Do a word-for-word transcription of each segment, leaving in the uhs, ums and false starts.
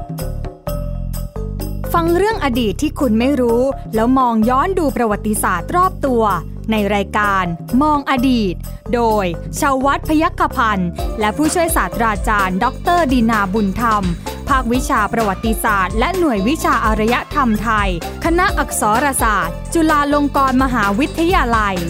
ฟังเรื่องอดีตที่คุณไม่รู้แล้วมองย้อนดูประวัติศาสตร์รอบตัวในรายการมองอดีตโดยชาววัฒน์พยัคฆพันธ์และผู้ช่วยศาสตราจารย์ดร.ดินาบุญธรรมภาควิชาประวัติศาสตร์และหน่วยวิชาอารยธรรมไทยคณะอักษรศาสตร์จุฬาลงกรณ์มหาวิทยาลัย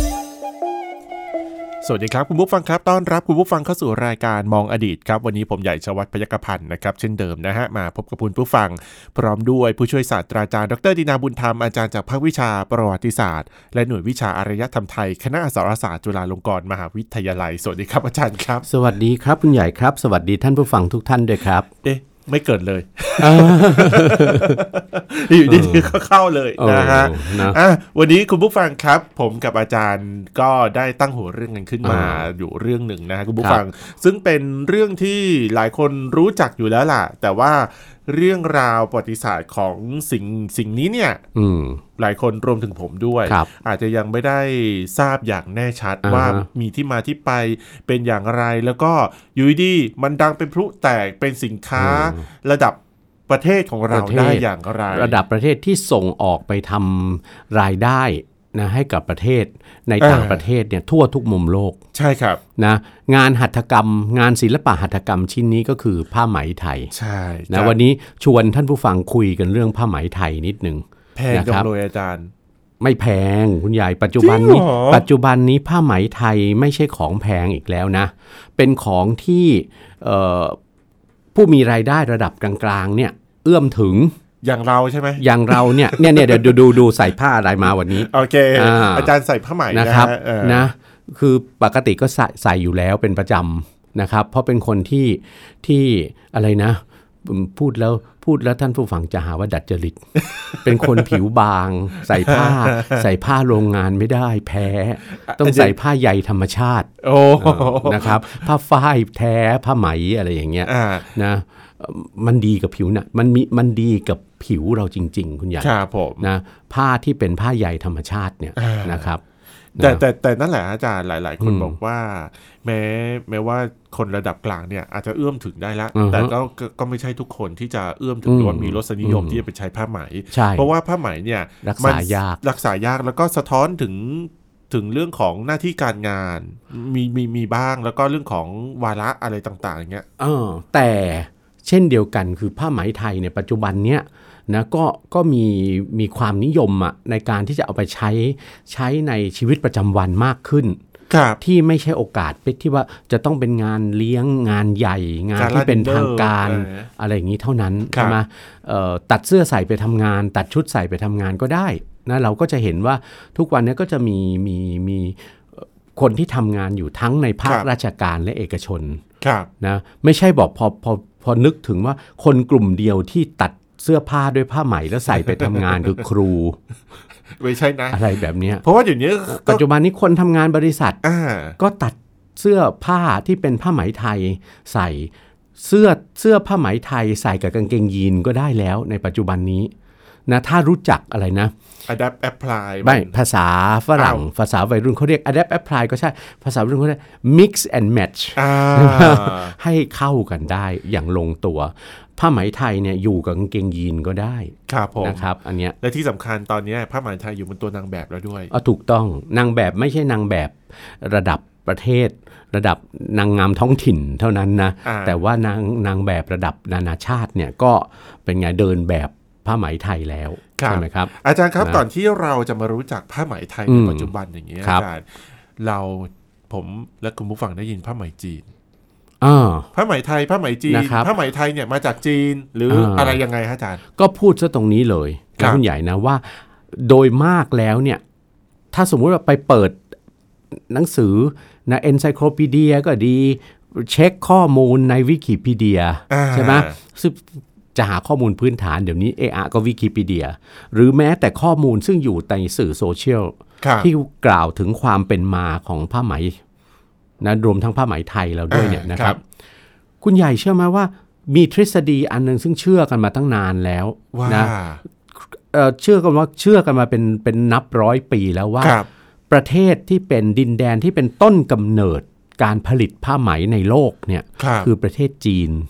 สวัสดีครับคุณผู้ฟังครับต้อนรับคุณผู้ฟังเข้าสู่รายการมองอดีตครับวันนี้ผมใหญ่ชวัฒน์พยัคฆพันธ์นะครับเช่นเดิมนะฮะมาพบกับคุณผู้ฟังพร้อมด้วยผู้ช่วยศาสตราจารย์ดร.ดินาบุญธรรมอาจารย์จากภาควิชาประวัติศาสตร์และหน่วยวิชาอารยธรรมไทยคณะอักษรศาสตร์จุฬาลงกรณ์มหาวิทยาลัยสวัสดีครับอาจารย์ครับสวัสดีครับคุณใหญ่ครับสวัสดีท่านผู้ฟังทุกท่านด้วยครับเอ๊ะไม่เกิดเลยอยู่ดีๆก็เข้าเลยนะฮะอ่ะวันนี้คุณผู้ฟังครับผมกับอาจารย์ก็ได้ตั้งหัวเรื่องกันขึ้นมาอยู่เรื่องหนึ่งนะฮะคุณผู้ฟังซึ่งเป็นเรื่องที่หลายคนรู้จักอยู่แล้วล่ะแต่ว่าเรื่องราวประวัติศาสตร์ของสิ่งสิ่งนี้เนี่ยหลายคนรวมถึงผมด้วยอาจจะยังไม่ได้ทราบอย่างแน่ชัดว่ามีที่มาที่ไปเป็นอย่างไรแล้วก็อยู่ดีมันดังเป็นพลุแตกเป็นสินค้าระดับประเทศของเราได้อย่างไรระดับประเทศที่ส่งออกไปทำรายได้นะให้กับประเทศในต่างประเทศเนี่ยทั่วทุกมุมโลกใช่ครับนะงานหัตถกรรมงานศิลปะหัตถกรรมชิ้นนี้ก็คือผ้าไหมไทยใช่นะวันนี้ชวนท่านผู้ฟังคุยกันเรื่องผ้าไหมไทยนิดนึงแพงจังเลยอาจารย์ไม่แพงคุณใหญ่ปัจจุบันนี้ปัจจุบันนี้ผ้าไหมไทยไม่ใช่ของแพงอีกแล้วนะเป็นของที่ผู้มีรายได้ระดับกลางๆเนี่ยเอื้อมถึงอย่างเราใช่ไหมอย่างเราเนี่ยเนี่ยเนี่ยเดี๋ยวดูดูดูใส่ผ้าอะไรมาวันนี้โอเค อา, อาจารย์ใส่ผ้าไหมนะครับนะคือปกติก็ใส่ใส่อยู่แล้วเป็นประจำนะครับเพราะเป็นคนที่ที่อะไรนะพูดแล้วพูดแล้วท่านผู้ฟังจะหาว่าดัดจริต เป็นคนผิวบางใส่ผ้าใส่ผ้าโรงงานไม่ได้แพ้ต้องใส่ผ้าใยธรรมชาตินะครับผ้าฝ้ายแท้ผ้าไหมอะไรอย่างเงี้ยนะมันดีกับผิวนะมันมีมันดีกับผิวเราจริงๆคุณใหญ่ครับผมนะผ้าที่เป็นผ้าใยธรรมชาติเนี่ยนะครับแต่แต่แต่นั่นแหละอาจารย์หลายๆคนบอกว่าแม้แม้ว่าคนระดับกลางเนี่ยอาจจะเอื้อมถึงได้แล้วแต่ก็ก็ไม่ใช่ทุกคนที่จะเอื้อมถึงหรือว่ามีรสนิยมที่จะไปใช้ผ้าไหมเพราะว่าผ้าไหมเนี่ยรักษายากรักษายากแล้วก็สะท้อนถึงถึงเรื่องของหน้าที่การงานมีมีมีบ้างแล้วก็เรื่องของวาระอะไรต่างๆอย่างเงี้ยเออแต่เช่นเดียวกันคือผ้าไหมไทยในปัจจุบันเนี้ยนะก็ก็มีมีความนิยมอ่ะในการที่จะเอาไปใช้ใช้ในชีวิตประจำวันมากขึ้นที่ไม่ใช่โอกาสเป็นที่ว่าจะต้องเป็นงานเลี้ยงงานใหญ่งานที่เป็นทางการอะไรอย่างนี้เท่านั้นใช่ไหมตัดเสื้อใส่ไปทำงานตัดชุดใส่ไปทำงานก็ได้นะเราก็จะเห็นว่าทุกวันนี้ก็จะมีมีมีคนที่ทำงานอยู่ทั้งในภาคราชการและเอกชนนะไม่ใช่บอกพอพอพอนึกถึงว่าคนกลุ่มเดียวที่ตัดเสื้อผ้าด้วยผ้าไหมแล้วใส่ไปทำงานคือครูไม่ใช่นะอะไรแบบนี้เพราะว่าเดี๋ยวนี้ปัจจุบันนี้คนทำงานบริษัทก็ตัดเสื้อผ้าที่เป็นผ้าไหมไทยใส่เสื้อเสื้อผ้าไหมไทยใส่กับกางเกงยีนก็ได้แล้วในปัจจุบันนี้นะถ้ารู้จักอะไรนะ adapt apply ไม่ภาษาฝรั่งภาษาวัยรุ่นเขาเรียก adapt apply ก็ใช่ภาษาวัยรุ่นเขาเรียก mix and match ให้เข้ากันได้อย่างลงตัวผ้าไหมไทยเนี่ยอยู่กับกางเกงยีนก็ได้ครับผมนะครับอันเนี้ยและที่สำคัญตอนนี้ผ้าไหมไทยอยู่บนตัวนางแบบแล้วด้วยอ๋อถูกต้องนางแบบไม่ใช่นางแบบระดับประเทศระดับนางงามท้องถิ่นเท่านั้นนะแต่ว่านางนางแบบระดับนานาชาติเนี่ยก็เป็นไงเดินแบบผ้าไหมไทยแล้วใช่ไหมครับอาจารย์ครับก่อนที่เราจะมารู้จักผ้าไหมไทยในปัจจุบันอย่างนี้อาจารย์เราผมและคุณผู้ฟังได้ยินผ้าไหมจีนผ้าไหมไทยผ้าไหมจีนผ้าไหมไทยเนี่ยมาจากจีนหรืออะไรยังไงอาจารย์ก็พูดซะตรงนี้เลยนะคุณใหญ่นะว่าโดยมากแล้วเนี่ยถ้าสมมุติว่าไปเปิดหนังสือนะเอนไซโคลพีเดียก็ดีเช็คข้อมูลในวิกิพีเดียใช่ไหมซึ่งจะหาข้อมูลพื้นฐานเดี๋ยวนี้เออก็วิกิพีเดียหรือแม้แต่ข้อมูลซึ่งอยู่ในสื่อโซเชียลที่กล่าวถึงความเป็นมาของผ้าไหมนะรวมทั้งผ้าไหมไทยเราด้วยเนี่ยนะครับคุณใหญ่เชื่อไหมว่ามีทฤษฎีอันนึงซึ่งเชื่อกันมาตั้งนานแล้วนะเอ่อเชื่อกันว่าเชื่อกันมาเป็นเป็นนับร้อยปีแล้วว่าประเทศที่เป็นดินแดนที่เป็นต้นกำเนิดการผลิตผ้าไหมในโลกเนี่ยคือประเทศจีน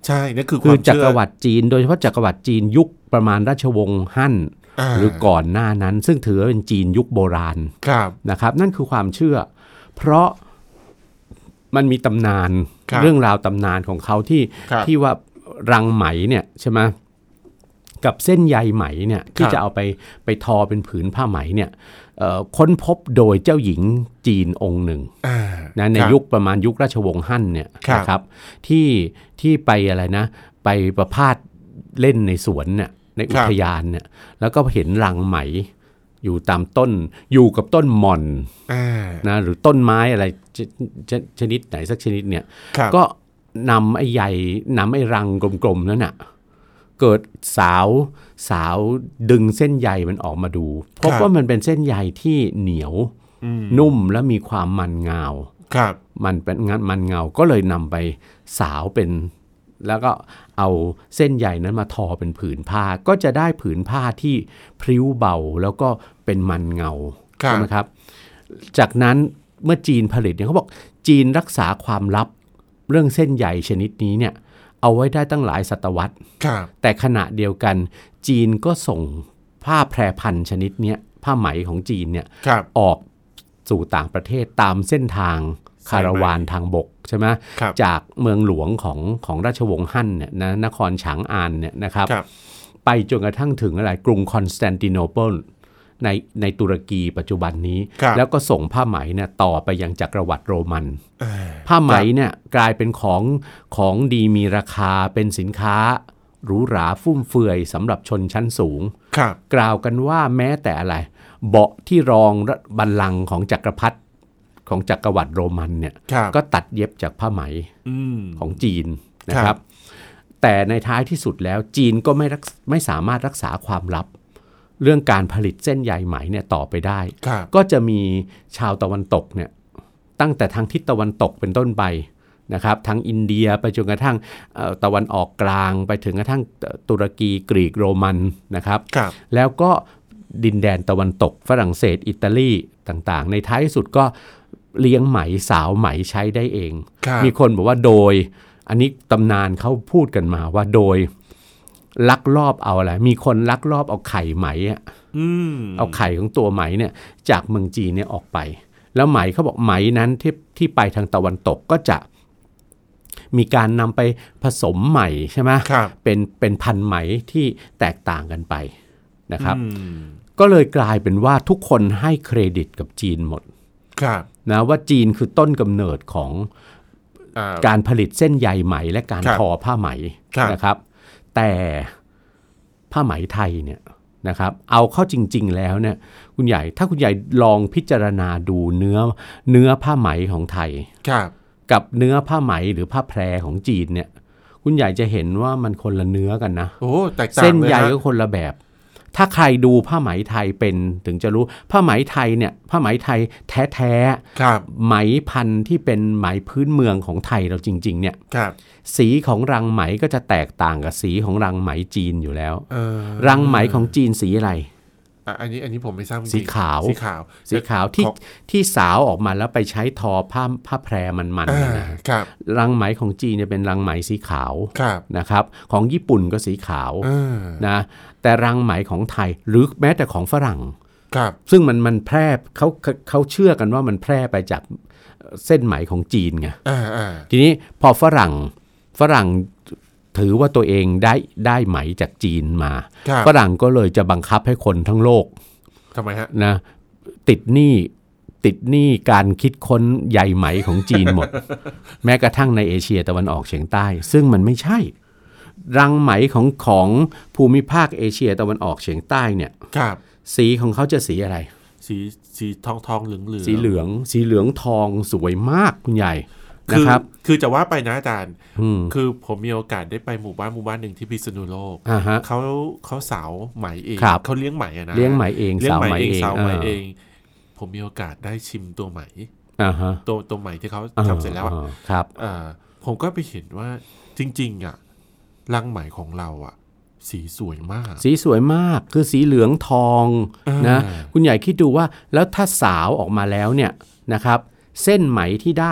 ใช่นั่นคือคคืวาอมจัเชื่กอรวรรดิจีนโดยเฉพาะจักรวรรดิจีนยุคประมาณราชวงศ์ฮั่นหรือก่อนหน้านั้นซึ่งถือว่าเป็นจีนยุคโบราณนะครับนั่นคือความเชื่อเพราะมันมีตำนานเรื่องราวตำนานของเขาที่ที่ว่ารังไหมเนี่ยใช่ไหมกับเส้นใยไหมเนี่ยที่จะเอาไปไปทอเป็นผืนผ้าไหมเนี่ยค้นพบโดยเจ้าหญิงจีนองค์หนึ่งนะในยุคประมาณยุคราชวงศ์ฮั่นเนี่ยนะครับที่ที่ไปอะไรนะไปประพาสเล่นในสวนเนี่ยในอุทยานเนี่ยแล้วก็เห็นรังไหมอยู่ตามต้นอยู่กับต้นหม่อนนะหรือต้นไม้อะไรชนิดไหนสักชนิดเนี่ยก็นำไอ้ใยนำไอ้รังกลมๆนั้นน่ะเกิดสาวสาวดึงเส้นใยมันออกมาดูพบว่ามันเป็นเส้นใยที่เหนียวนุ่มและมีความมันเงามันเป็นงานมันเงาก็เลยนำไปสาวเป็นแล้วก็เอาเส้นใยนั้นมาทอเป็นผืนผ้าก็จะได้ผืนผ้าที่พริ้วเบาแล้วก็เป็นมันเงาใช่ไหมครับจากนั้นเมื่อจีนผลิตเนี่ยเขาบอกจีนรักษาความลับเรื่องเส้นใยชนิดนี้เนี่ยเอาไว้ได้ตั้งหลายศตวรรษแต่ขณะเดียวกันจีนก็ส่งผ้าแพรพันชนิดนี้ผ้าไหมของจีนเนี่ยออกสู่ต่างประเทศตามเส้นทางคาราวานทางบกใช่ไหมจากเมืองหลวงของของราชวงศ์ฮั่นเนี่ยนะนครฉางอานเนี่ยนะครับไปจนกระทั่งถึงอะไรกรุงคอนสแตนติโนเปิลในในตุรกีปัจจุบันนี้แล้วก็ส่งผ้าไหมเนี่ยต่อไปยังจักรวรรดิโรมันผ้าไหมเนี่ยกลายเป็นของของดีมีราคาเป็นสินค้าหรูหราฟุ่มเฟือยสำหรับชนชั้นสูงกล่าวกันว่าแม้แต่อะไรเบาะที่รองบัลลังก์ของจักรพรรดิของจักรวรรดิโรมันเนี่ยก็ตัดเย็บจากผ้าไหมของจีนนะครับแต่ในท้ายที่สุดแล้วจีนก็ไม่ไม่สามารถรักษาความลับเรื่องการผลิตเส้นใยไหมเนี่ยต่อไปได้ก็จะมีชาวตะวันตกเนี่ยตั้งแต่ทางทิศตะวันตกเป็นต้นไปนะครับทั้งอินเดียไปจนกระทั่งตะวันออกกลางไปถึงกระทั่งตุรกีกรีกโรมันนะครับแล้วก็ดินแดนตะวันตกฝรั่งเศสอิตาลีต่างๆในท้ายสุดก็เลี้ยงไหมสาวไหมใช้ได้เองมีคนบอกว่าโดยอันนี้ตำนานเขาพูดกันมาว่าโดยลักลอบเอาอะไรมีคนลักลอบเอาไข่ไหมอ่ะเอาไข่ของตัวไหมเนี่ยจากเมืองจีนเนี่ยออกไปแล้วไหมเขาบอกไหมนั้นที่ที่ไปทางตะวันตกก็จะมีการนำไปผสมไหมใช่ไหมเป็นเป็นพันธุ์ไหมที่แตกต่างกันไปนะครับก็เลยกลายเป็นว่าทุกคนให้เครดิตกับจีนหมดนะว่าจีนคือต้นกำเนิดของการผลิตเส้นใยไหมและการทอผ้าไหมนะครับแต่ผ้าไหมไทยเนี่ยนะครับเอาเข้าจริงๆแล้วเนี่ยคุณใหญ่ถ้าคุณใหญ่ลองพิจารณาดูเนื้อเนื้อผ้าไหมของไทยกับเนื้อผ้าไหมหรือผ้าแพรของจีนเนี่ยคุณใหญ่จะเห็นว่ามันคนละเนื้อกันนะโอ้แตกต่างเส้นใยก็คนละแบบถ้าใครดูผ้าไหมไทยเป็นถึงจะรู้ผ้าไหมไทยเนี่ยผ้าไหมไทยแท้ๆไหมพันธุ์ที่เป็นไหมพื้นเมืองของไทยเราจริงๆเนี่ยสีของรังไหมก็จะแตกต่างกับสีของรังไหมจีนอยู่แล้วรังไหมของจีนสีอะไรอันนี้อันนี้ผมไม่ทราบสีขาวสีขาวสีขาวที่ที่สาวออกมาแล้วไปใช้ทอผ้าผ้าแพรมันๆนะรังไหมของจีนเนี่ยเป็นรังไหมสีขาวนะครับของญี่ปุ่นก็สีขาวนะแต่รังไหมของไทยหรือแม้แต่ของฝรั่งซึ่งมันมันแพร่เขาเขาเชื่อกันว่ามันแพร่ไปจากเส้นไหมของจีนไงทีนี้พอฝรั่งฝรั่งถือว่าตัวเองได้ได้ไหมจากจีนมาฝรั่งก็เลยจะบังคับให้คนทั้งโลกทำไมฮะนะติดหนี้ติดหนี้การคิดค้นใยไหมของจีนหมด แม้กระทั่งในเอเชียตะวันออกเฉียงใต้ซึ่งมันไม่ใช่รังไหมของของภูมิภาคเอเชียตะวันออกเฉียงใต้เนี่ยสีของเขาจะสีอะไรสีสีทองทองเหลืองเหลืองสีเหลืองสีเหลืองทองสวยมากคุณใหญ่คือคือจะว่าไปนะอาจารย์คือผมมีโอกาสได้ไปหมู่บ้านหมู่บ้านหนึ่งที่พิษณุโลกเขาเขาสาวไหมเองเขาเลี้ยงไหมนะเลี้ยงไหมเองสาวไหมเองสาวไหมเองผมมีโอกาสได้ชิมตัวไหมตัวตัวไหมที่เขาทำเสร็จแล้วครับผมก็ไปเห็นว่าจริงๆอ่ะรังไหมของเราอ่ะสีสวยมากสีสวยมากคือสีเหลืองทองนะคุณใหญ่คิดดูว่าแล้วถ้าสาวออกมาแล้วเนี่ยนะครับเส้นไหมที่ได้เนี่ย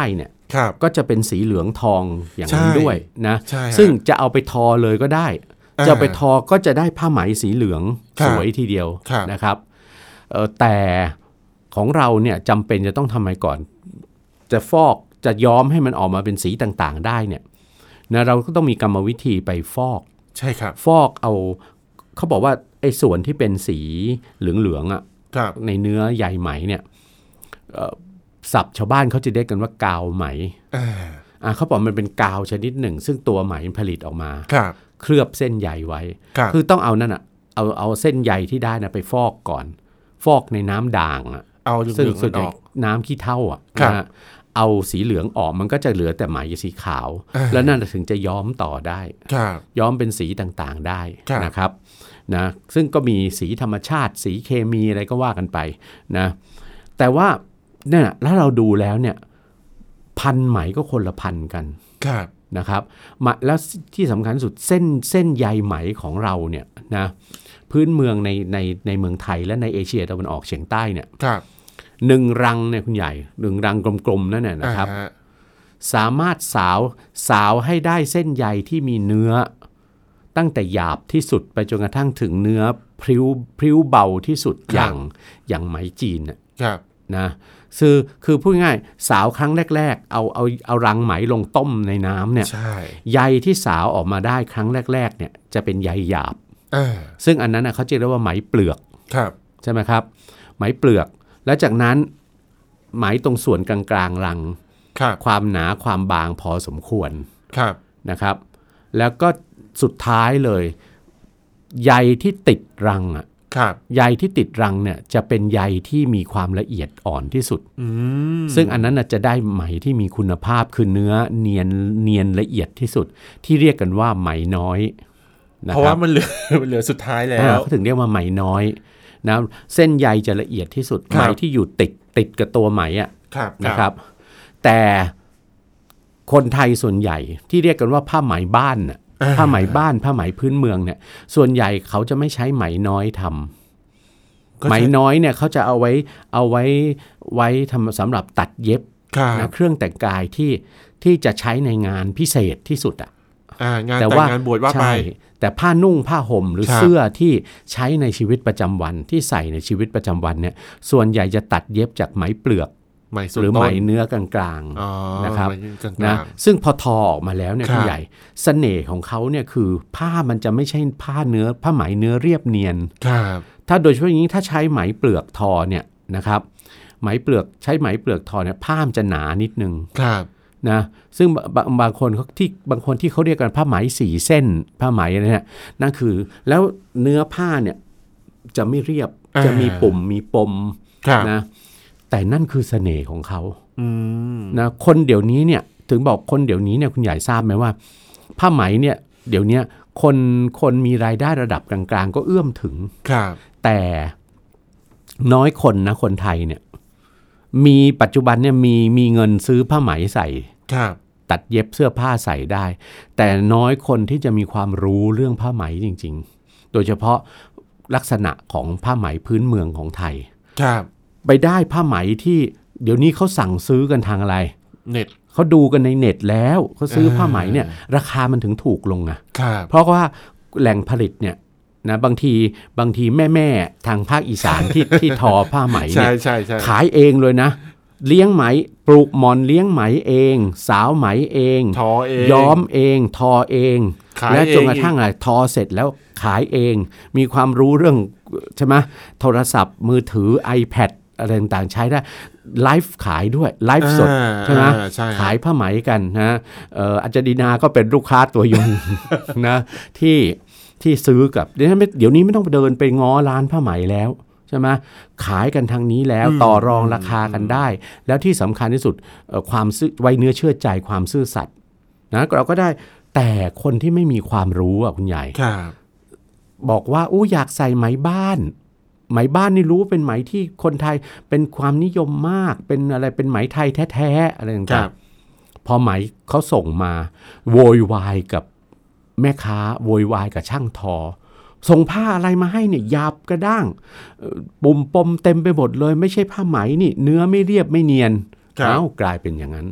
ก็จะเป็นสีเหลืองทองอย่างนั้นด้วยนะซึ่งจะเอาไปทอเลยก็ได้จะเอาไปทอก็จะได้ผ้าไหมสีเหลืองสวยทีเดียวนะครับแต่ของเราเนี่ยจำเป็นจะต้องทำไมก่อนจะฟอกจะย้อมให้มันออกมาเป็นสีต่างๆได้เนี่ยนะเราก็ต้องมีกรรมวิธีไปฟอกใช่ครับฟอกเอาเขาบอกว่าไอ้ส่วนที่เป็นสีเหลืองๆอ่ะในเนื้อใยไหมเนี่ยศัพท์ชาวบ้านเขาจะเรียกกันว่ากาวไหมอ่าเขาบอกมันเป็นกาวชนิดหนึ่งซึ่งตัวไหมผลิตออกมาเคลือบเส้นใยไว้คือต้องเอานั่นอ่ะเอาเอาเส้นใยที่ได้นะไปฟอกก่อนฟอกในน้ำด่างอ่ะเอาซึ่งส่วนใหญ่น้ำขี้เถ้าอ่ะนะเอาสีเหลืองออกมันก็จะเหลือแต่ไหมสีขาวแล้วนั่นถึงจะย้อมต่อได้ย้อมเป็นสีต่างๆได้นะครับนะซึ่งก็มีสีธรรมชาติสีเคมีอะไรก็ว่ากันไปนะแต่ว่าเนี่ยแล้วเราดูแล้วเนี่ยพันไหมก็คนละพันกันนะครับแล้วที่สำคัญสุดเส้นเส้นใยไหมของเราเนี่ยนะพื้นเมืองในในในเมืองไทยและในเอเชียตะวันออกเฉียงใต้เนี่ยหนึ่งรังเนี่ยคุณใหญ่หนึ่งรังกลมๆนั่นน่ะนะครับสามารถสาวสาวให้ได้เส้นใยที่มีเนื้อตั้งแต่หยาบที่สุดไปจนกระทั่งถึงเนื้อพริ้วพริ้วเบาที่สุดอย่างอย่างไหมจีนนะคือคือพูดง่ายสาวครั้งแรกๆเอาเอาเอารังไหมลงต้มในน้ำเนี่ยใยที่สาวออกมาได้ครั้งแรกๆเนี่ยจะเป็นใยหยาบซึ่งอันนั้นเขาเรียกว่าไหมเปลือกใช่ไหมครับไหมเปลือกแล้วจากนั้นไหมตรงส่วนกลางๆรังความหนาความบางพอสมควรนะครับแล้วก็สุดท้ายเลยใยที่ติดรังอ่ะใยที่ติดรังเนี่ยจะเป็นใยที่มีความละเอียดอ่อนที่สุดซึ่งอันนั้นจะได้ไหมที่มีคุณภาพคือเนื้อเนียนเนียนละเอียดที่สุดที่เรียกกันว่าไหมน้อยเพราะว่ามันเหลือมันเหลือสุดท้ายแล้วเขาถึงเรียกว่าไหมน้อยนะเส้นใยจะละเอียดที่สุดไหมที่อยู่ติดติดกับตัวไหมอ่ะนะครับแต่คนไทยส่วนใหญ่ที่เรียกกันว่าผ้าไหมบ้านน่ะผ้าไหมบ้านผ้าไหมพื้นเมืองเนี่ยส่วนใหญ่เขาจะไม่ใช้ไหมน้อยทำไหมน้อยเนี่ยเขาจะเอาไว้เอาไว้ไว้ทำสำหรับตัดเย็บนะเครื่องแต่งกายที่ที่จะใช้ในงานพิเศษที่สุดอ่ะงานแต่งงานบวชว่าไปแต่ผ้านุ่งผ้าห่มหรือเสื้อที่ใช้ในชีวิตประจำวันที่ใส่ในชีวิตประจำวันเนี่ยส่วนใหญ่จะตัดเย็บจากไหมเปลือกหรือไหมเนื้อกลางๆนะครับนะซึ่งพอทอออกมาแล้วเนี่ยพี่ใหญ่เสน่ห์ของเขาเนี่ยคือผ้ามันจะไม่ใช่ผ้าเนื้อผ้าไหมเนื้อเรียบเนียนถ้าโดยเฉพาะอย่างนี้ถ้าใช้ไหมเปลือกทอเนี่ยนะครับไหมเปลือกใช้ไหมเปลือกทอเนี่ยผ้ามันจะหนานิดนึงนะซึ่งบางบางคนที่บางคนที่เขาเรียกกันผ้าไหมสี่เส้นผ้าไหมเนี่ยนั่นคือแล้วเนื้อผ้าเนี่ยจะไม่เรียบจะมีปุ่มมีปมนะแต่นั่นคือเสน่ห์ของเขานะคนเดี๋ยวนี้เนี่ยถึงบอกคนเดี๋ยวนี้เนี่ยคุณใหญ่ทราบไหมว่าผ้าไหมเนี่ยเดี๋ยวนี้คนคนมีรายได้ระดับกลางๆก็เอื้อมถึงแต่น้อยคนนะคนไทยเนี่ยมีปัจจุบันเนี่ยมีมีเงินซื้อผ้าไหมใส่ตัดเย็บเสื้อผ้าใส่ได้แต่น้อยคนที่จะมีความรู้เรื่องผ้าไหมจริงๆโดยเฉพาะลักษณะของผ้าไหมพื้นเมืองของไทยไปได้ผ้าไหมที่เดี๋ยวนี้เขาสั่งซื้อกันทางอะไรเน็ตเขาดูกันในเน็ตแล้วเขาซื้อผ้าไหมเนี่ยราคามันถึงถูกลงอ่ะเพราะว่าแหล่งผลิตเนี่ยนะบางทีบางทีแม่ๆทางภาคอีสานที่ที่ทอผ้าไหมเนี่ยขายเองเลยนะเลี้ยงไหมปลูกหมอนเลี้ยงไหมเองสาวไหมเองทอเองย้อมเองทอเองและจนกระทั่งอะไรทอเสร็จแล้วขายเองมีความรู้เรื่องใช่ไหมโทรศัพท์มือถือ iPad อะไรต่างๆใช้ได้ไลฟ์ขายด้วยไลฟ์สดใช่ไหมขายผ้าไหมกันนะอาจารย์ดีนาก็เป็นลูกค้าตัวยง นะที่ที่ซื้อกับเดี๋ยวนี้เดี๋ยวนี้ไม่ต้องเดินไปง้อร้านผ้าไหมแล้วใช่ไหมขายกันทางนี้แล้วต่อรองราคากันได้แล้วที่สำคัญที่สุดความไว้เนื้อเชื่อใจความซื่อสัตย์นะเราก็ได้แต่คนที่ไม่มีความรู้อ่ะคุณใหญ่บอกว่าอู้อยากใส่ไหมบ้านไหมบ้านนี่รู้เป็นไหมที่คนไทยเป็นความนิยมมากเป็นอะไรเป็นไหมไทยแท้ๆอะไรต่างๆพอไหมเขาส่งมาโวยวายกับแม่ค้าโวยวายกับช่างทอส่งผ้าอะไรมาให้เนี่ยหยาบกระด้างปุ่มปมเต็มไปหมดเลยไม่ใช่ผ้าไหมนี่เนื้อไม่เรียบไม่เนียนเอ้ากลายเป็นอย่างนั้น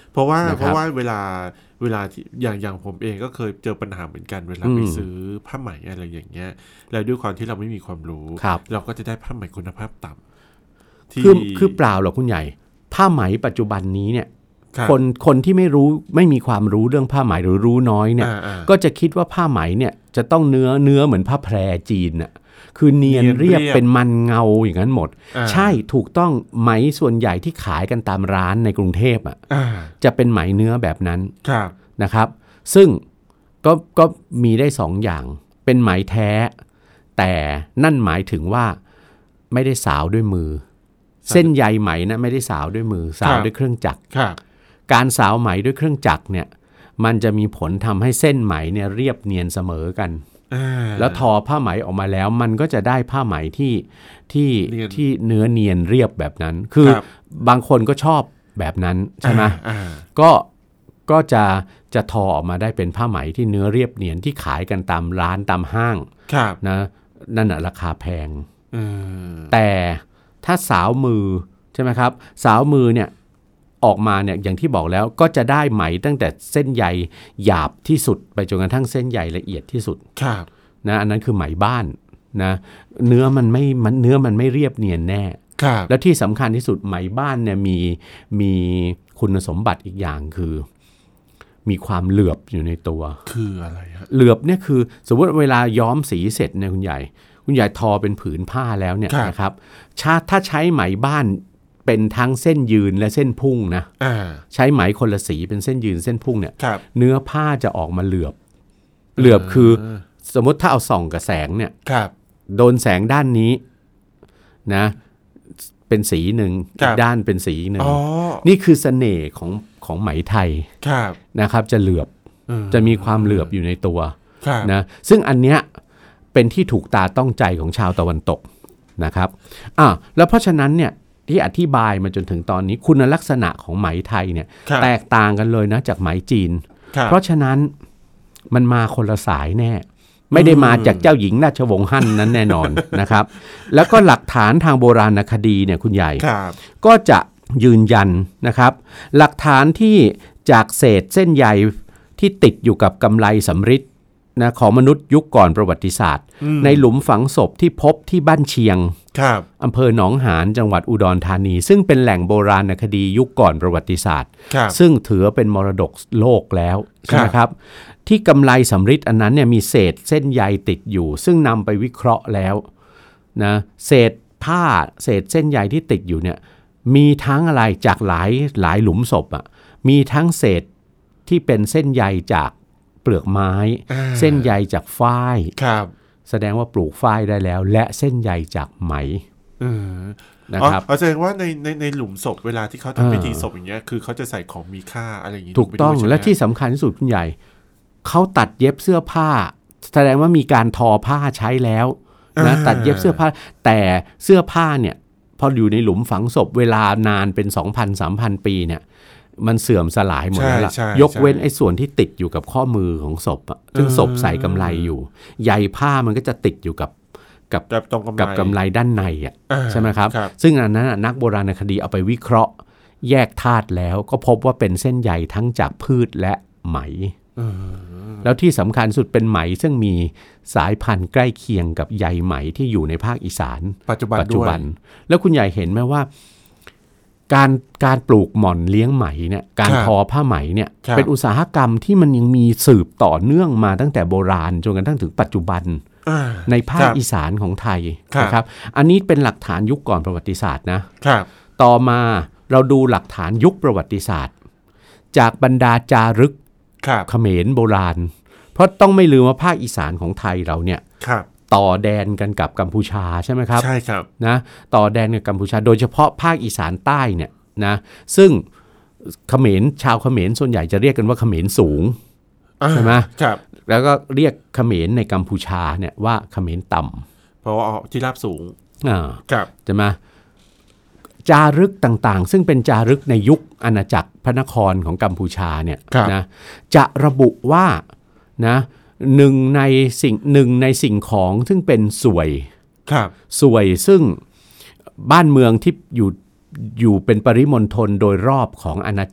เพราะว่าเพราะว่าเวลาเวลาที่อย่างอย่างผมเองก็เคยเจอปัญหาเหมือนกันเวลาไปซื้อผ้าไหมอะไรอย่างเงี้ยแล้วด้วยความที่เราไม่มีความรู้เราก็จะได้ผ้าไหมคุณภาพต่ำคือคือเปล่าหรอกคุณใหญ่ผ้าไหมปัจจุบันนี้เนี่ยคนคนที่ไม่รู้ไม่มีความรู้เรื่องผ้าไหมหรือรู้น้อยเนี่ยก็จะคิดว่าผ้าไหมเนี่ยจะต้องเนื้อเนื้อเหมือนผ้าแพรจีนน่ะคือเนียนเรียบเป็นมันเงาอย่างนั้นหมดใช่ถูกต้องไหมส่วนใหญ่ที่ขายกันตามร้านในกรุงเทพอ่ะจะเป็นไหมเนื้อแบบนั้นนะครับซึ่งก็ก็มีได้สองอย่างเป็นไหมแท้แต่นั่นหมายถึงว่าไม่ได้สาวด้วยมือเส้นใยไหมนะไม่ได้สาวด้วยมือสาวด้วยเครื่องจักรการสาวไหมด้วยเครื่องจักรเนี่ยมันจะมีผลทำให้เส้นไหมเนี่ยเรียบเนียนเสมอกันแล้วทอผ้าไหมออกมาแล้วมันก็จะได้ผ้าไหมที่ที่ที่เนื้อเนียนเรียบแบบนั้นคือบางคนก็ชอบแบบนั้นใช่ไหมก็ก็จะจะทอออกมาได้เป็นผ้าไหมที่เนื้อเรียบเนียนที่ขายกันตามร้านตามห้างนะนั่นน่ะราคาแพงแต่ถ้าสาวมือใช่ไหมครับสาวมือเนี่ยออกมาเนี่ยอย่างที่บอกแล้วก็จะได้ไหมตั้งแต่เส้นใยหยาบที่สุดไปจนกระทั่งเส้นใยละเอียดที่สุดนะอันนั้นคือไหมบ้านนะเนื้อมันไม่มันเนื้อมันไม่เรียบเนียนแน่แล้วที่สำคัญที่สุดไหมบ้านเนี่ยมีมีคุณสมบัติอีกอย่างคือมีความเหลือบอยู่ในตัวคืออะไรฮะเหลือบเนี่ยคือสมมติเวลาย้อมสีเสร็จเนี่ยคุณใหญ่คุณใหญ่ทอเป็นผืนผ้าแล้วเนี่ยนะครับถ้าใช้ไหมบ้านเป็นทั้งเส้นยืนและเส้นพุ่งนะใช้ไหมคนละสีเป็นเส้นยืนเส้นพุ่งเนี่ยเนื้อผ้าจะออกมาเหลือบเหลือบคือสมมติถ้าเอาส่องกับแสงเนี่ยโดนแสงด้านนี้นะเป็นสีหนึ่งอีกด้านเป็นสีหนึ่งนี่คือเสน่ห์ของของไหมไทยนะครับจะเหลือบจะมีความเหลือบอยู่ในตัวนะซึ่งอันเนี้ยเป็นที่ถูกตาต้องใจของชาวตะวันตกนะครับอ่ะแล้วเพราะฉะนั้นเนี่ยที่อธิบายมาจนถึงตอนนี้คุณลักษณะของไหมไทยเนี่ยแตกต่างกันเลยนะจากไหมจีนเพราะฉะนั้นมันมาคนละสายแน่ไม่ได้มาจากเจ้าหญิงราชวงศ์ฮั่นนั้นแน่นอนนะครับแล้วก็หลักฐานทางโบราณคดีเนี่ยคุณใหญ่ก็จะยืนยันนะครับหลักฐานที่จากเศษเส้นใยที่ติดอยู่กับกำไลสำริดนะของมนุษย์ยุคก่อนประวัติศาสตร์ในหลุมฝังศพที่พบที่บ้านเชียงอำเภอหนองหานจังหวัดอุดรธานีซึ่งเป็นแหล่งโบราณคดียุคก่อนประวัติศาสตร์ซึ่งถือเป็นมรดกโลกแล้วใช่ไหมครับที่กำไลสำริดอันนั้นเนี่ยมีเศษเส้นใยติดอยู่ซึ่งนำไปวิเคราะห์แล้วนะเศษผ้าเศษเส้นใยที่ติดอยู่เนี่ยมีทั้งอะไรจากหลายหลายหลุมศพอ่ะมีทั้งเศษที่เป็นเส้นใยจากเปลือกไม้เส้นใยจากฝ้ายแสดงว่าปลูกฝ้ายได้แล้วและเส้นใยจากไหมนะครับแสดงว่าในในในหลุมศพเวลาที่เขาทำพิธีศพอย่างเงี้ยคือเขาจะใส่ของมีค่าอะไรอย่างงี้ถูกต้องและที่สำคัญที่สุดคุณใหญ่เขาตัดเย็บเสื้อผ้าแสดงว่ามีการทอผ้าใช้แล้วนะตัดเย็บเสื้อผ้าแต่เสื้อผ้าเนี่ยพออยู่ในหลุมฝังศพเวลานานเป็น สองพัน สามพัน ปีเนี่ยมันเสื่อมสลายหมดแล้วล่ะยกเว้นไอ้ส่วนที่ติดอยู่กับข้อมือของศพอ่ะซึ่งศพใส่กำไลอยู่ใยผ้ามันก็จะติดอยู่กับกับกับกำไลด้านในอ่ะใช่ไหมครับซึ่งอันนั้นนักโบราณคดีเอาไปวิเคราะห์แยกธาตุแล้วก็พบว่าเป็นเส้นใยทั้งจากพืชและไหมแล้วที่สำคัญสุดเป็นไหมซึ่งมีสายพันธุ์ใกล้เคียงกับใยไหมที่อยู่ในภาคอีสานปัจจุบันด้วยแล้วคุณใหญ่เห็นไหมว่าการการปลูกหม่อนเลี้ยงไหมเนี่ยการทอผ้าไหมเนี่ยเป็นอุตสาหกรรมที่มันยังมีสืบต่อเนื่องมาตั้งแต่โบราณจนกระทั่งถึงปัจจุบันในภาคอีสานของไทยนะครับอันนี้เป็นหลักฐานยุคก่อนประวัติศาสตร์นะต่อมาเราดูหลักฐานยุคประวัติศาสตร์จากบรรดาจารึกเขมรโบราณเพราะต้องไม่ลืมว่าภาคอีสานของไทยเราเนี่ยต่อแดนกันกับกัมพูชาใช่ไหมครับใช่ครับนะต่อแดนกับกัมพูชาโดยเฉพาะภาคอีสานใต้เนี่ยนะซึ่งเขมรชาวเขมรส่วนใหญ่จะเรียกกันว่าเขมรสูงใช่ไหมครับแล้วก็เรียกเขมรในกัมพูชาเนี่ยว่าเขมรต่ำเพราะว่าที่ราบสูงอ่าครับใช่ไหมจารึกต่างๆซึ่งเป็นจารึกในยุคอาณาจักรพระนครของกัมพูชาเนี่ยนะจะระบุว่านะหนึ่งในสิ่งหนึ่งในสิ่งของซึ่งเป็นสวยสวยซึ่งบ้านเมืองที่อยู่อยู่เป็นปริมณฑลโดยรอบของอาณาจักร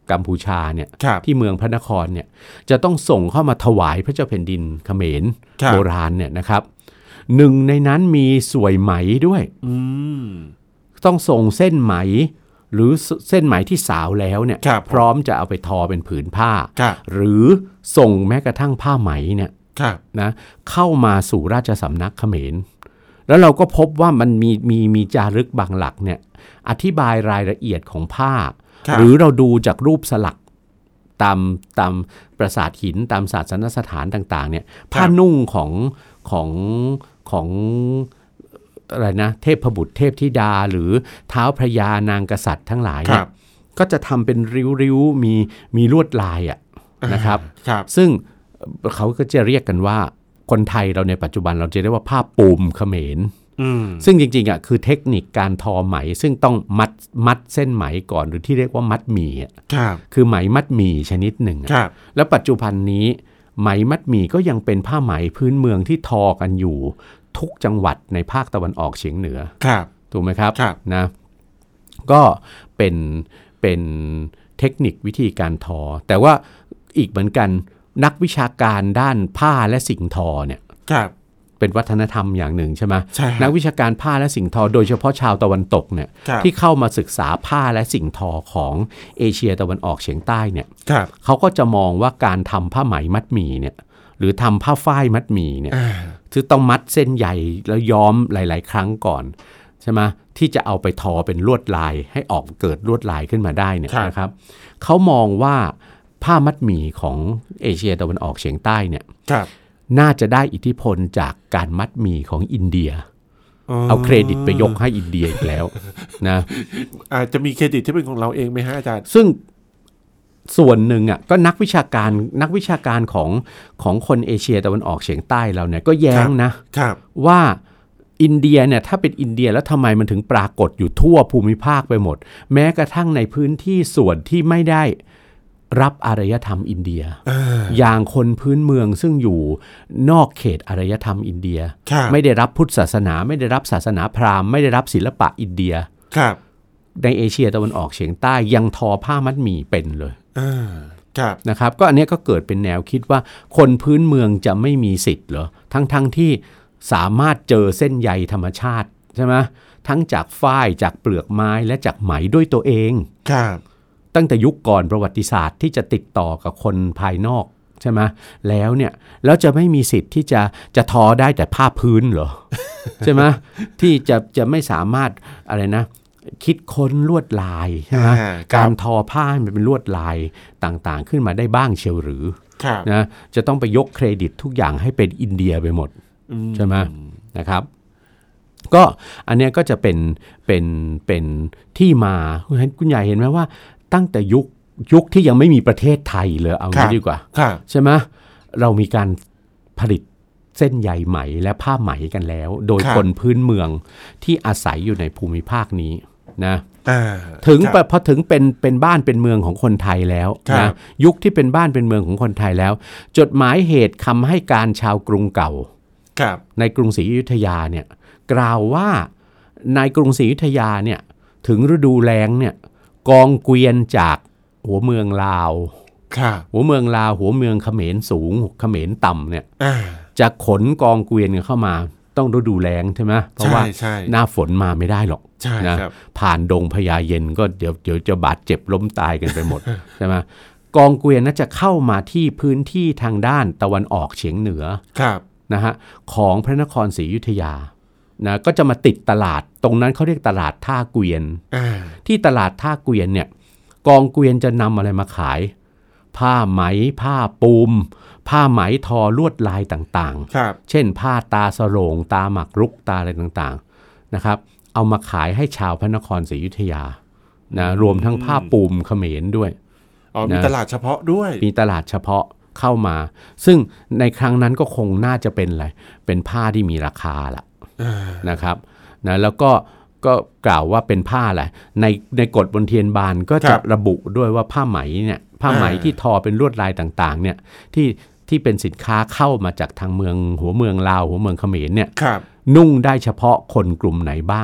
กัมพูชาเนี่ยครับที่เมืองพระนครเนี่ยจะต้องส่งเข้ามาถวายพระเจ้าแผ่นดินเขมรครับโบราณเนี่ยนะครับหนึ่งในนั้นมีสวยไหมด้วยอืมต้องส่งเส้นไหมหรือเส้นไหมที่สาวแล้วเนี่ยครับพร้อมจะเอาไปทอเป็นผืนผ้าครับหรือส่งแม้กระทั่งผ้าไหมเนี่ยครับนะเข้ามาสู่ราชสำนักเขมรแล้วเราก็พบว่ามันมีมีมีจารึกบางหลักเนี่ยอธิบายรายละเอียดของผ้าครับหรือเราดูจากรูปสลักตามตามปราสาทหินตามศาสนสถานต่างๆเนี่ยผ้านุ่งของของของอะไรนะเทพบุตรเทพธิดาหรือเท้าพระยานางกษัตริย์ทั้งหลายเนี่ยก็จะทำเป็นริ้วๆมีมีลวดลายอ่ะนะครับครับซึ่งเขาก็จะเรียกกันว่าคนไทยเราในปัจจุบันเราจะเรียกว่าผ้าปูมเขมรอืมซึ่งจริงๆอ่ะคือเทคนิคการทอไหมซึ่งต้องมัดมัดเส้นไหมก่อนหรือที่เรียกว่ามัดหมี่อ่ะครับคือไหมมัดหมี่ชนิดหนึ่งอ่ะครับแล้วปัจจุบันนี้ไหมมัดหมี่ก็ยังเป็นผ้าไหมพื้นเมืองที่ทอกันอยู่ทุกจังหวัดในภาคตะวันออกเฉียงเหนือครับถูกไหมครับครับนะก็เป็นเป็นเทคนิควิธีการทอแต่ว่าอีกเหมือนกันนักวิชาการด้านผ้าและสิ่งทอเนี่ยครับเป็นวัฒนธรรมอย่างหนึ่งใช่ไหมใช่ครับนักวิชาการผ้าและสิ่งทอโดยเฉพาะชาวตะวันตกเนี่ยครับที่เข้ามาศึกษาผ้าและสิ่งทอของเอเชียตะวันออกเฉียงใต้เนี่ยครับเขาก็จะมองว่าการทำผ้าไหมมัดหมี่เนี่ยหรือทำผ้าฝ้ายมัดหมี่เนี่ยอ่าคือต้องมัดเส้นใหญ่แล้วย้อมหลายๆครั้งก่อนใช่ไหมที่จะเอาไปทอเป็นลวดลายให้ออกเกิดลวดลายขึ้นมาได้เนี่ยนะครับเขามองว่าผ้ามัดหมี่ของเอเชียตะวันออกเฉียงใต้เนี่ยครับน่าจะได้อิทธิพลจากการมัดหมี่ของอินเดียเอาเครดิตไปยกให้อินเดียอีกแล้วนะอาจจะมีเครดิตที่เป็นของเราเองไหมฮะอาจารย์ซึ่งส่วนหนึ่งอ่ะก็นักวิชาการนักวิชาการของของคนเอเชียตะวันออกเฉียงใต้เราเนี่ยก็แย้งนะครับ ว่าอินเดียเนี่ยถ้าเป็นอินเดียแล้วทำไมมันถึงปรากฏอยู่ทั่วภูมิภาคไปหมด แม้กระทั่งในพื้นที่ส่วนที่ไม่ได้รับอารยธรรมอินเดีย อย่างคนพื้นเมืองซึ่งอยู่นอกเขตอารยธรรมอินเดียครับไม่ได้รับพุทธศาสนาไม่ได้รับศาสนาพราหมณ์ไม่ได้รับศิลปะอินเดียครับในเอเชียตะวันออกเฉียงใต้ยังทอผ้ามัดหมี่เป็นเลยอ่าครับนะครับก็อันนี้ก็เกิดเป็นแนวคิดว่าคนพื้นเมืองจะไม่มีสิทธิ์เหรอทั้งทั้งที่สามารถเจอเส้นใยธรรมชาติใช่ไหมทั้งจากฝ้ายจากเปลือกไม้และจากไหมด้วยตัวเองครับตั้งแต่ยุคก่อนประวัติศาสตร์ที่จะติดต่อกับคนภายนอกใช่ไหมแล้วเนี่ยแล้วจะไม่มีสิทธิ์ที่จะจะทอได้แต่ผ้าพื้นเหรอ ใช่ไหมที่จะจะไม่สามารถอะไรนะคิดค้นลวดลายใช่ไหมอ่าครับการทอผ้าให้มันเป็นลวดลายต่างๆขึ้นมาได้บ้างเชียวหรือครับนะจะต้องไปยกเครดิตทุกอย่างให้เป็นอินเดียไปหมดอืมใช่ไหมนะครับก็อันเนี้ยก็จะเป็นเป็นเป็นที่มาคุณใหญ่เห็นไหมว่าตั้งแต่ยุคยุคที่ยังไม่มีประเทศไทยเลยเอางี้ดีกว่าครับใช่ไหมเรามีการผลิตเส้นใยไหมและผ้าไหมกันแล้ว โดยครับคนพื้นเมืองที่อาศัยอยู่ในภูมิภาคนี้นะอ่าถึงครับพอถึงเป็นเป็นบ้านเป็นเมืองของคนไทยแล้วครันะบยุคที่เป็นบ้านเป็นเมืองของคนไทยแล้ว จดหมายเหตุคำให้การชาวกรุงเก่าครับในกรุงศรีอยุธยาเนี่ยกล่าวว่าในกรุงศรีอยุธยาเนี่ยถึงฤดูแล้งเนี่ยกองเกวียนจากหัวเมืองลาวครับหัวเมืองลาวหัวเมืองเขมรสูงเขมรต่ำเนี่ยอ่าจะขนกองเกวียนเข้ามาต้องฤดูแล้งใช่ไหมเพราะว่าใช่ใช่หน้าฝนมาไม่ได้หรอกใช่นะครับ ผ่านดงพญาเย็นก็เดี๋ยวเดี๋ยวจะบาดเจ็บล้มตายกันไปหมด ใช่ไหมกองเกวียนน่าจะเข้ามาที่พื้นที่ทางด้านตะวันออกเฉียงเหนือครับนะฮะของพระนครศรีอยุธยานะก็จะมาติดตลาดตรงนั้นเขาเรียกตลาดท่าเกวียนอ่าที่ตลาดท่าเกวียนเนี่ยกองเกวียนจะนำอะไรมาขาย ผ้าไหมผ้าปูมผ้าไหมทอลวดลายต่างครับๆ เช่นผ้าตาสโรงตาหมักรุกตาอะไรต่างๆนะครับเอามาขายให้ชาวพระนครศรีอยุธยานะรวมทั้งผ้าปูมเขมรด้วยอ๋อมีนะตลาดเฉพาะด้วยมีตลาดเฉพาะเข้ามา ซึ่งในครั้งนั้นก็คงน่าจะเป็นอะไรเป็นผ้าที่มีราคาละอ่านะครับนะแล้วก็ก็กล่าวว่าเป็นผ้าอะไรในในกฎบนเทียนบานก็จะระบุด้วยว่าผ้าไหมเนี่ยผ้าไหมที่ทอเป็นลวดลายต่างๆเนี่ยที่ที่เป็นสินค้าเข้ามาจากทางเมืองหัวเมืองลาวหัวเมืองเขมรเนี่ยครับนุ่งได้เฉพาะคนกลุ่มไหนบ้าง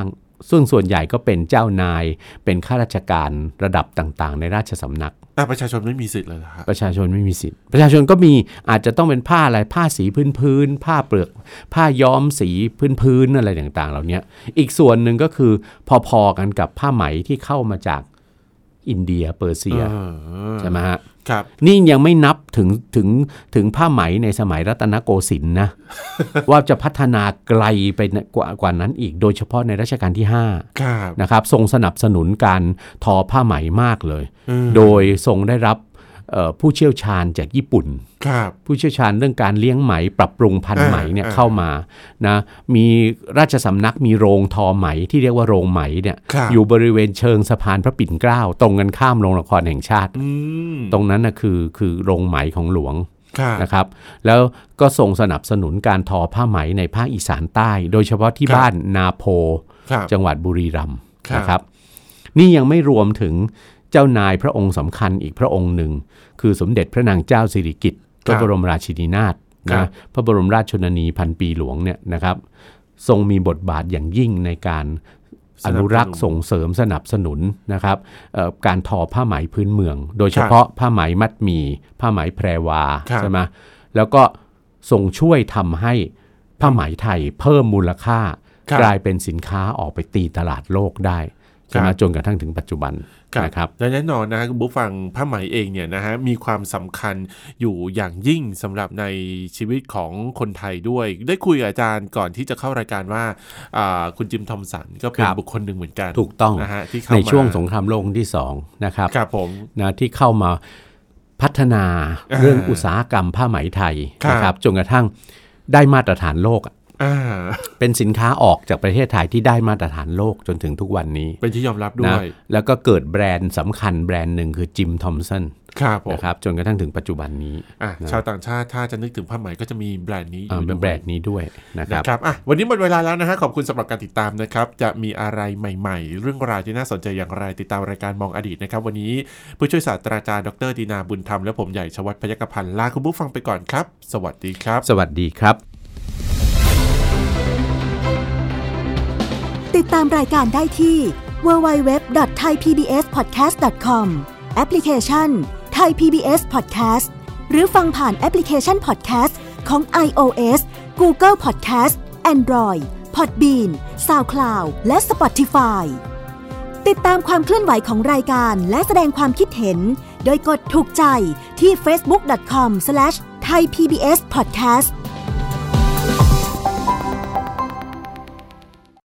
ซึ่งส่วนใหญ่ก็เป็นเจ้านายเป็นข้าราชการระดับต่างๆในราชสำนักประชาชนไม่มีสิทธิ์เลยเหรอครับประชาชนไม่มีสิทธิ์ประชาชนก็มีอาจจะต้องเป็นผ้าอะไรผ้าสีพื้นๆผ้าเปลือกผ้าย้อมสีพื้นๆอะไรต่างๆเหล่านี้อีกส่วนหนึ่งก็คือพอๆกันกับผ้าไหมที่เข้ามาจากอินเดียเปอร์เซียใช่ไหมฮะครับนี่ยังไม่นับถึงถึงถึงผ้าไหมในสมัยรัตนโกสินทร์นะ ว่าจะพัฒนาไกลไปกว่ากว่านั้นอีกโดยเฉพาะในรัชกาลที่ห้านะครับทรงสนับสนุนการทอผ้าไหมมากเลยโดยทรงได้รับผู้เชี่ยวชาญจากญี่ปุ่นผู้เชี่ยวชาญเรื่องการเลี้ยงไหมปรับปรุงพันธุ์ไหมเนี่ยเข้ามานะมีราชสำนักมีโรงทอไหมที่เรียกว่าโรงไหมเนี่ยอยู่บริเวณเชิงสะพานพระปิ่นเกล้าตรงกันข้ามโรงละครแห่งชาติตรงนั้นนะคือคือโรงไหมของหลวงนะครับแล้วก็ทรงสนับสนุนการทอผ้าไหมในภาคอีสานใต้โดยเฉพาะที่บ้านนาโพจังหวัดบุรีรัมย์นะครับนี่ยังไม่รวมถึงเจ้านายพระองค์สำคัญอีกพระองค์หนึ่งคือสมเด็จพระนางเจ้าสิริกิติ์พระบรมราชินีนาถนะพระบรมราชชนนีพันปีหลวงเนี่ยนะครับทรงมีบทบาทอย่างยิ่งในการอนุรักษ์ส่งเสริมสนับสนุนนะครับการทอผ้าไหมพื้นเมืองโดยเฉพาะผ้าไหมมัดหมี่ผ้าไหมแพรวาใช่ไหมแล้วก็ทรงช่วยทำให้ผ้าไหมไทยเพิ่มมูลค่ากลายเป็นสินค้าออกไปตีตลาดโลกได้ใช่ไหมจนกระทั่งถึงปัจจุบันนะครับและแน่นอนนะคุณผู้ฟังผ้าไหมเองเนี่ยนะฮะมีความสำคัญอยู่อย่างยิ่งสำหรับในชีวิตของคนไทยด้วยได้คุยกับอาจารย์ก่อนที่จะเข้ารายการว่าคุณจิมทอมสันก็เป็นบุคคลหนึ่งเหมือนกันถูกต้องนะฮะที่ในช่วงสงครามโลกที่สองนะครับครับผมนะที่เข้ามาพัฒนาเรื่องอุตสาหกรรมผ้าไหมไทยนะครับจนกระทั่งได้มาตรฐานโลกเป็นสินค้าออกจากประเทศไทยที่ได้มาตรฐานโลกจนถึงทุกวันนี้เป็นที่ยอมรับด้วยแล้วก็เกิดแบรนด์สำคัญแบรนด์หนึ่งคือจิมทอมสันนะครับจนกระทั่งถึงปัจจุบันนี้ชาวต่างชาติถ้าจะนึกถึงผ้าไหมก็จะมีแบรนด์นี้เป็นแบรนด์นี้ด้วยนะครับนะครับวันนี้หมดเวลาแล้วนะฮะขอบคุณสำหรับการติดตามนะครับจะมีอะไรใหม่ๆเรื่องราวที่น่าสนใจอย่างไรติดตามรายการมองอดีตนะครับวันนี้ผู้ช่วยศาสตราจารย์ดร.ดีนาบุญธรรมและผมใหญ่ชวัฒน์พยัคฆพันธ์ลาคุณผู้ฟังไปก่อนครับสวัสดีครับสวัสดีครับติดตามรายการได้ที่ ดับเบิลยู ดับเบิลยู ดับเบิลยู ดอท ไทย พี บี เอส พอดแคสต์ ดอท คอม แอปพลิเคชัน Thai พี บี เอส Podcast หรือฟังผ่านแอปพลิเคชัน Podcast ของ iOS Google Podcast Android Podbean SoundCloud และ Spotify ติดตามความเคลื่อนไหวของรายการและแสดงความคิดเห็นโดยกดถูกใจที่ เฟซบุ๊ก ดอท คอม สแลช ไทย พี บี เอส พอดแคสต์